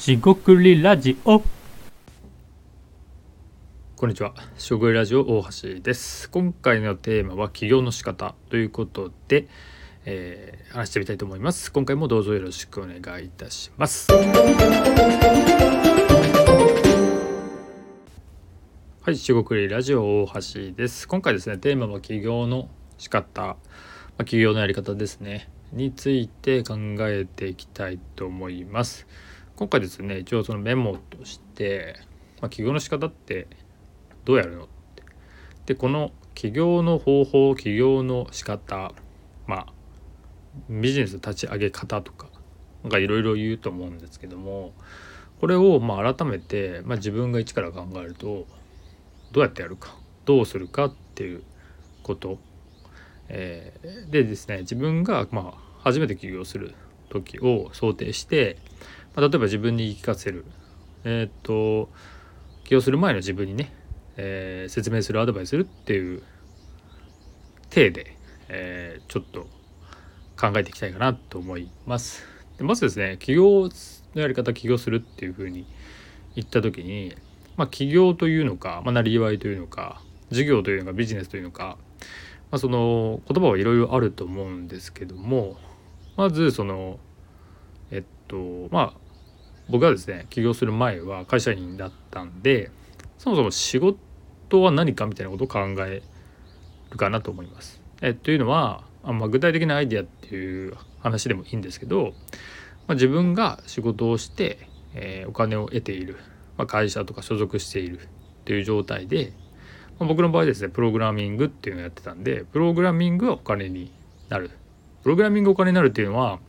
しごくりラジオ。 こんにちは、しごくりラジオ大橋です。今回のテーマは起業の仕方ということで、話してみたいと思います。今回もどうぞよろしくお願いいたします。はい、しごくりラジオ大橋です。今回ですね、テーマは起業の仕方、起業のやり方ですねについて考えていきたいと思います。今回ですね、一応そのメモとして、起業の仕方ってどうやるのって、でこの起業の方法、起業の仕方、ビジネス立ち上げ方とかいろいろ言うと思うんですけども、これを改めて、自分が一から考えるとどうやってやるか、どうするかっていうこと、でですね、自分が初めて起業する時を想定して、例えば自分に言い聞かせる、起業する前の自分にね、説明する、アドバイスするっていう体で、ちょっと考えていきたいかなと思います。でまずですね、起業のやり方、起業するっていうふうに言った時に、起業というのか、なりわいというのか、事業というのか、ビジネスというのか、その言葉はいろいろあると思うんですけども、まずその僕はですね、起業する前は会社員だったんで、そもそも仕事は何かみたいなことを考えるかなと思います。というのは、具体的なアイデアっていう話でもいいんですけど、自分が仕事をして、お金を得ている、会社とか所属しているっていう状態で、僕の場合ですね、プログラミングっていうのをやってたんで、プログラミングがお金になる。プログラミングがお金になるっていうのは、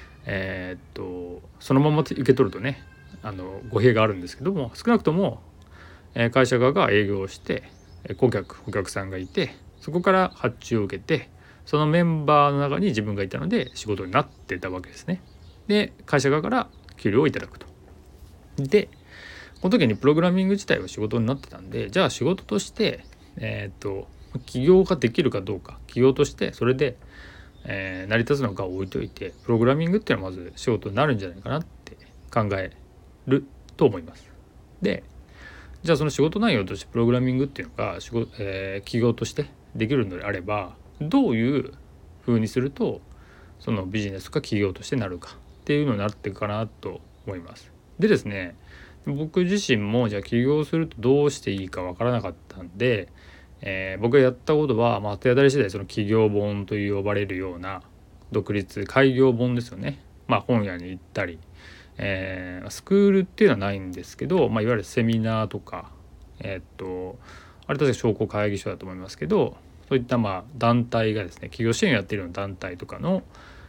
そのまま受け取るとね、語弊があるんですけども、少なくとも会社側が営業をしてお客さんがいて、そこから発注を受けて、そのメンバーの中に自分がいたので仕事になってたわけですね。で、会社側から給料をいただくと。で、この時にプログラミング自体は仕事になってたんで、じゃあ仕事として起業ができるかどうか、起業としてそれで成り立つのかを置いといて、プログラミングっていうのはまず仕事になるんじゃないかなって考えると思います。で、じゃあその仕事内容としてプログラミングっていうのが起業としてできるのであれば、どういう風にするとそのビジネスか起業としてなるかっていうのになっていくかなと思います。でですね、僕自身もじゃあ起業するとどうしていいかわからなかったんで、僕がやったことは、手当たり次第その起業本と呼ばれるような独立開業本ですよね。本屋に行ったり、スクールっていうのはないんですけど、いわゆるセミナーとか、あれ確か商工会議所だと思いますけど、そういった団体がですね、起業支援をやっているような団体とかの、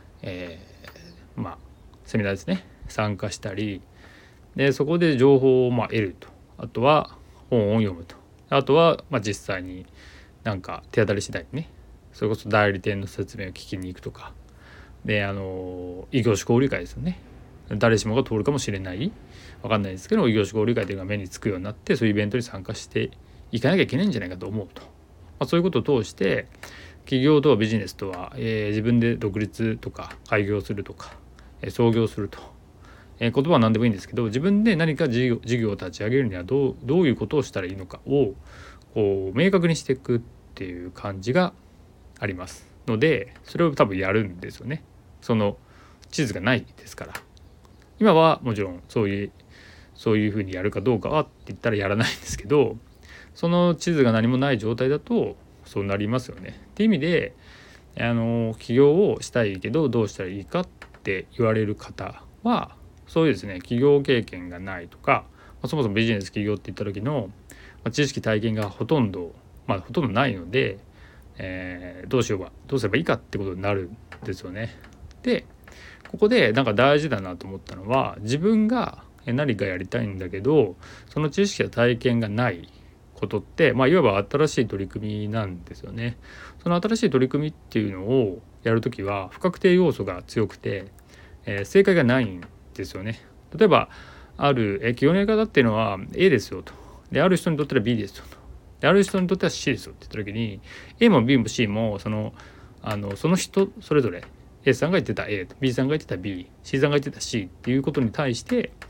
セミナーですね、参加したり、でそこで情報を得ると、あとは本を読むと、あとは実際に手当たり次第にね、それこそ代理店の説明を聞きに行くとかで、異業種交流会ですよね。誰しもが通るかもしれない、分かんないですけど、異業種交流会というのが目につくようになって、そういうイベントに参加していかなきゃいけないんじゃないかと思うと、そういうことを通して起業とはビジネスとは、自分で独立とか開業するとか、創業すると、言葉は何でもいいんですけど、自分で何か事業を立ち上げるにはどういうことをしたらいいのかをこう明確にしていくっていう感じがありますので、それを多分やるんですよね。その地図がないですから。今はもちろんそういうふうにやるかどうかはって言ったらやらないんですけど、その地図が何もない状態だとそうなりますよね。っていう意味で、起業をしたいけどどうしたらいいかって言われる方は、そういうですね、起業経験がないとか、そもそもビジネス起業って言った時の知識体験がほとんどないので、どうすればいいかってことになるんですよね。で、ここで大事だなと思ったのは、自分が何かやりたいんだけどその知識や体験がないことって、いわば新しい取り組みなんですよね。その新しい取り組みっていうのをやるときは不確定要素が強くて、正解がないんですよね。例えばある起業のやり方っていうのは A ですよと、である人にとっては B ですよと、である人にとっては C ですよって言った時に、 A も B も C もその人それぞれ A さんが言ってた A と B さんが言ってた B、C さんが言ってた C っていうことに対して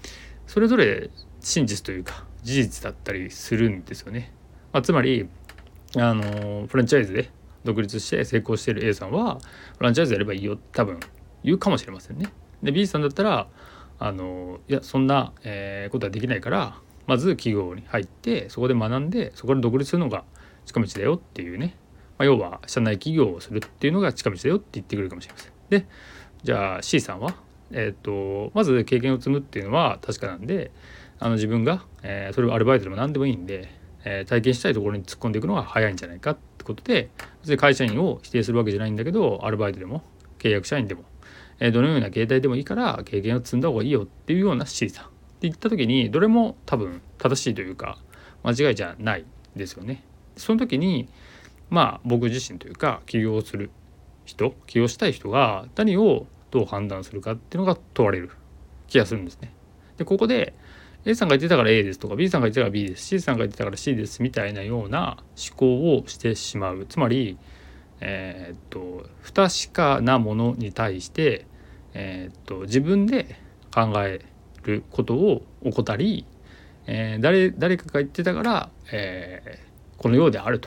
それぞれ真実というか事実だったりするんですよね。つまりフランチャイズで独立して成功している A さんはフランチャイズやればいいよ多分言うかもしれませんね。で B さんだったらいやそんな、ことはできないからまず企業に入ってそこで学んでそこで独立するのが近道だよっていうね、要は社内企業をするっていうのが近道だよって言ってくるかもしれません。でじゃあ C さんは、まず経験を積むっていうのは確かなんで自分が、それをアルバイトでも何でもいいんで、体験したいところに突っ込んでいくのが早いんじゃないかってことで別に会社員を否定するわけじゃないんだけどアルバイトでも契約社員でも、どのような形態でもいいから経験を積んだ方がいいよっていうような C さんって言った時にどれも多分正しいというか間違いじゃないですよね。その時に僕自身というか起業する人起業したい人が何をどう判断するかっていうのが問われる気がするんですね。でここで A さんが言ってたから A ですとか B さんが言ってたから B です C さんが言ってたから C ですみたいなような思考をしてしまう。つまり不確かなものに対して、自分で考えることを怠り、誰かが言ってたから、このようであると、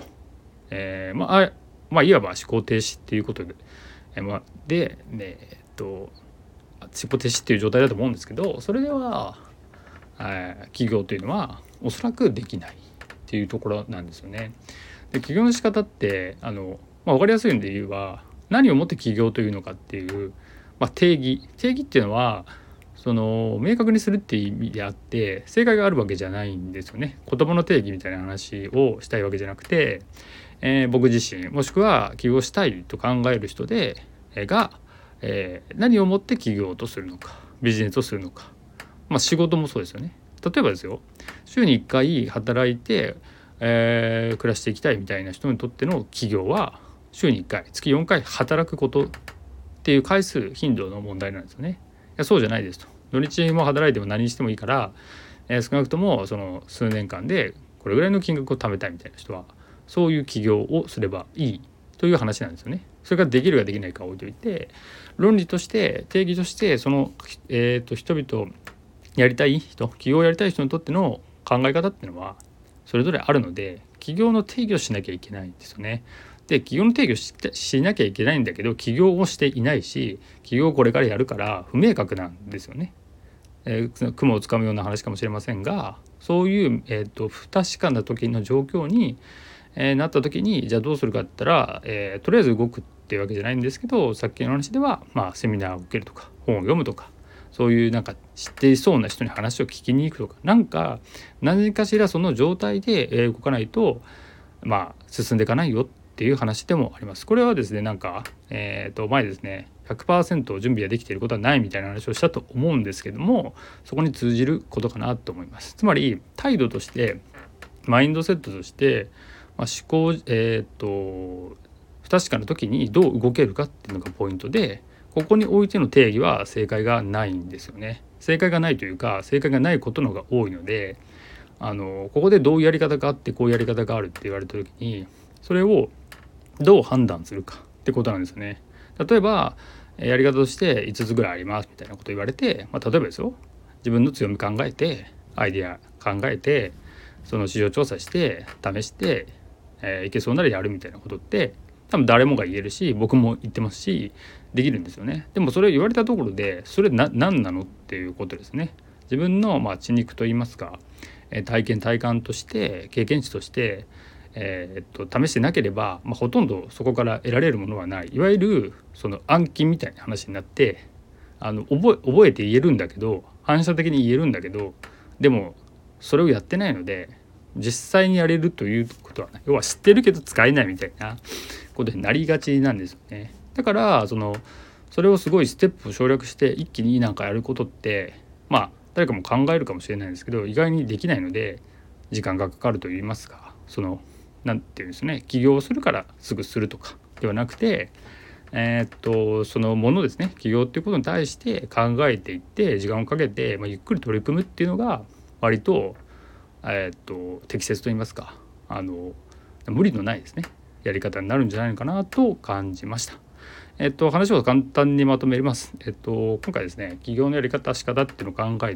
いわば思考停止っていうことで、思考停止っていう状態だと思うんですけどそれでは、企業というのはおそらくできないっていうところなんですよね。で起業の仕方って分かりやすいんで言えば何をもって起業というのかっていう、定義っていうのはその明確にするっていう意味であって正解があるわけじゃないんですよね。言葉の定義みたいな話をしたいわけじゃなくて、僕自身もしくは起業したいと考える人が、何をもって起業とするのかビジネスをするのか、仕事もそうですよね。例えばですよ週に1回働いて、暮らしていきたいみたいな人にとっての起業は週に1回月4回働くことっていう回数頻度の問題なんですよね。いやそうじゃないですと。土日も働いても何してもいいから、少なくともその数年間でこれぐらいの金額を貯めたいみたいな人はそういう起業をすればいいという話なんですよね。それができるかできないか置いといて論理として定義としてその、人々やりたい人起業をやりたい人にとっての考え方っていうのはそれぞれあるので起業の定義をしなきゃいけないんですよね。で起業の定義をしなきゃいけないんだけど起業をしていないし起業をこれからやるから不明確なんですよね。雲をつかむような話かもしれませんがそういう、不確かな時の状況に、なった時にじゃあどうするかって言ったら、とりあえず動くっていうわけじゃないんですけどさっきの話では、セミナーを受けるとか本を読むとかそういうなんか知っていそうな人に話を聞きに行くとか何かしらその状態で動かないと進んでいかないよっていう話でもあります。これはですね前ですね 100% 準備ができていることはないみたいな話をしたと思うんですけどもそこに通じることかなと思います。つまり態度としてマインドセットとして、思考不確かな時にどう動けるかっていうのがポイントでここにおいての定義は正解がないんですよね。正解がないというか正解がないことの方が多いのでここでどういうやり方があってこういうやり方があるって言われた時にそれをどう判断するかってことなんですよね。例えばやり方として5つぐらいありますみたいなこと言われて、例えばですよ自分の強み考えてアイデア考えてその市場調査して試して、いけそうならやるみたいなことって多分誰もが言えるし僕も言ってますしできるんですよね。でもそれを言われたところでそれ何なのっていうことですね。自分の血肉といいますか体感として経験値として、試してなければ、ほとんどそこから得られるものはない。いわゆるその暗記みたいな話になって覚えて言えるんだけど反射的に言えるんだけどでもそれをやってないので実際にやれるということは、要は知ってるけど使えないみたいなことになりがちなんですよね。だからそれをすごいステップを省略して一気になんかやることって誰かも考えるかもしれないんですけど意外にできないので時間がかかるといいますかなんていうんですね起業をするからすぐするとかではなくてそのものですね起業っていうことに対して考えていって時間をかけて、ゆっくり取り組むっていうのが割と、適切といいますか無理のないですねやり方になるんじゃないのかなと感じました。話を簡単にまとめます。今回ですね起業のやり方仕方っていうのを考え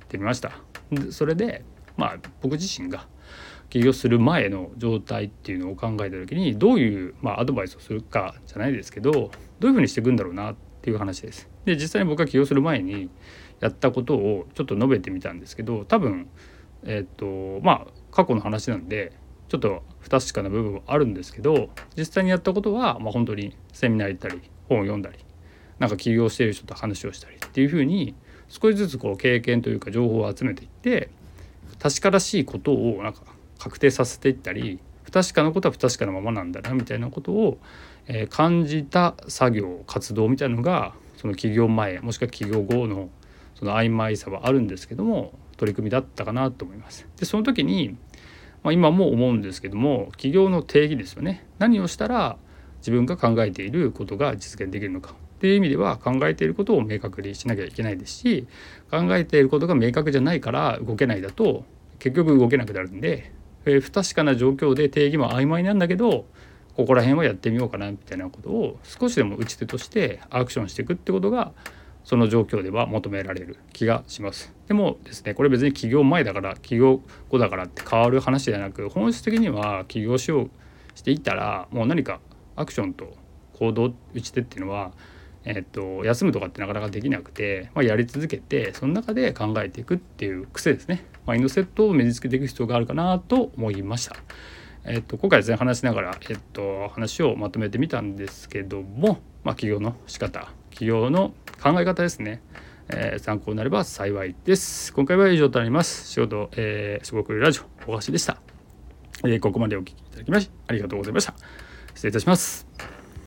ってみました。でそれで僕自身が起業する前の状態っていうのを考えた時にどういう、アドバイスをするかじゃないですけど、どういうふうにしていくんだろうなっていう話です。で実際に僕が起業する前にやったことをちょっと述べてみたんですけど、多分過去の話なんでちょっと不確かな部分はあるんですけど、実際にやったことは本当にセミナー行ったり本を読んだりなんか起業している人と話をしたりっていうふうに少しずつ経験というか情報を集めていって、確からしいことをなんか確定させていったり、不確かなことは不確かなままなんだなみたいなことを感じた作業活動みたいなのがその起業前もしくは起業後のその曖昧さはあるんですけども、取り組みだったかなと思います。でその時に、今も思うんですけども、起業の定義ですよね。何をしたら自分が考えていることが実現できるのかっていう意味では、考えていることを明確にしなきゃいけないですし、考えていることが明確じゃないから動けないだと結局動けなくなるんで、不確かな状況で定義も曖昧なんだけどここら辺はやってみようかなみたいなことを少しでも打ち手としてアクションしていくってことがその状況では求められる気がします。でもですね、これ別に起業前だから起業後だからって変わる話ではなく、本質的には起業しようしていったらもう何かアクションと行動打ち手っていうのは休むとかってなかなかできなくて、やり続けてその中で考えていくっていう癖ですね。マインドセットを身につけていく必要があるかなと思いました。今回ですね話しながら、話をまとめてみたんですけども、起業の仕方、起業の考え方ですね、参考になれば幸いです。今回は以上となります。仕事、すごくラジオ大橋でした。ここまでお聞きいただきましてありがとうございました。失礼いたします。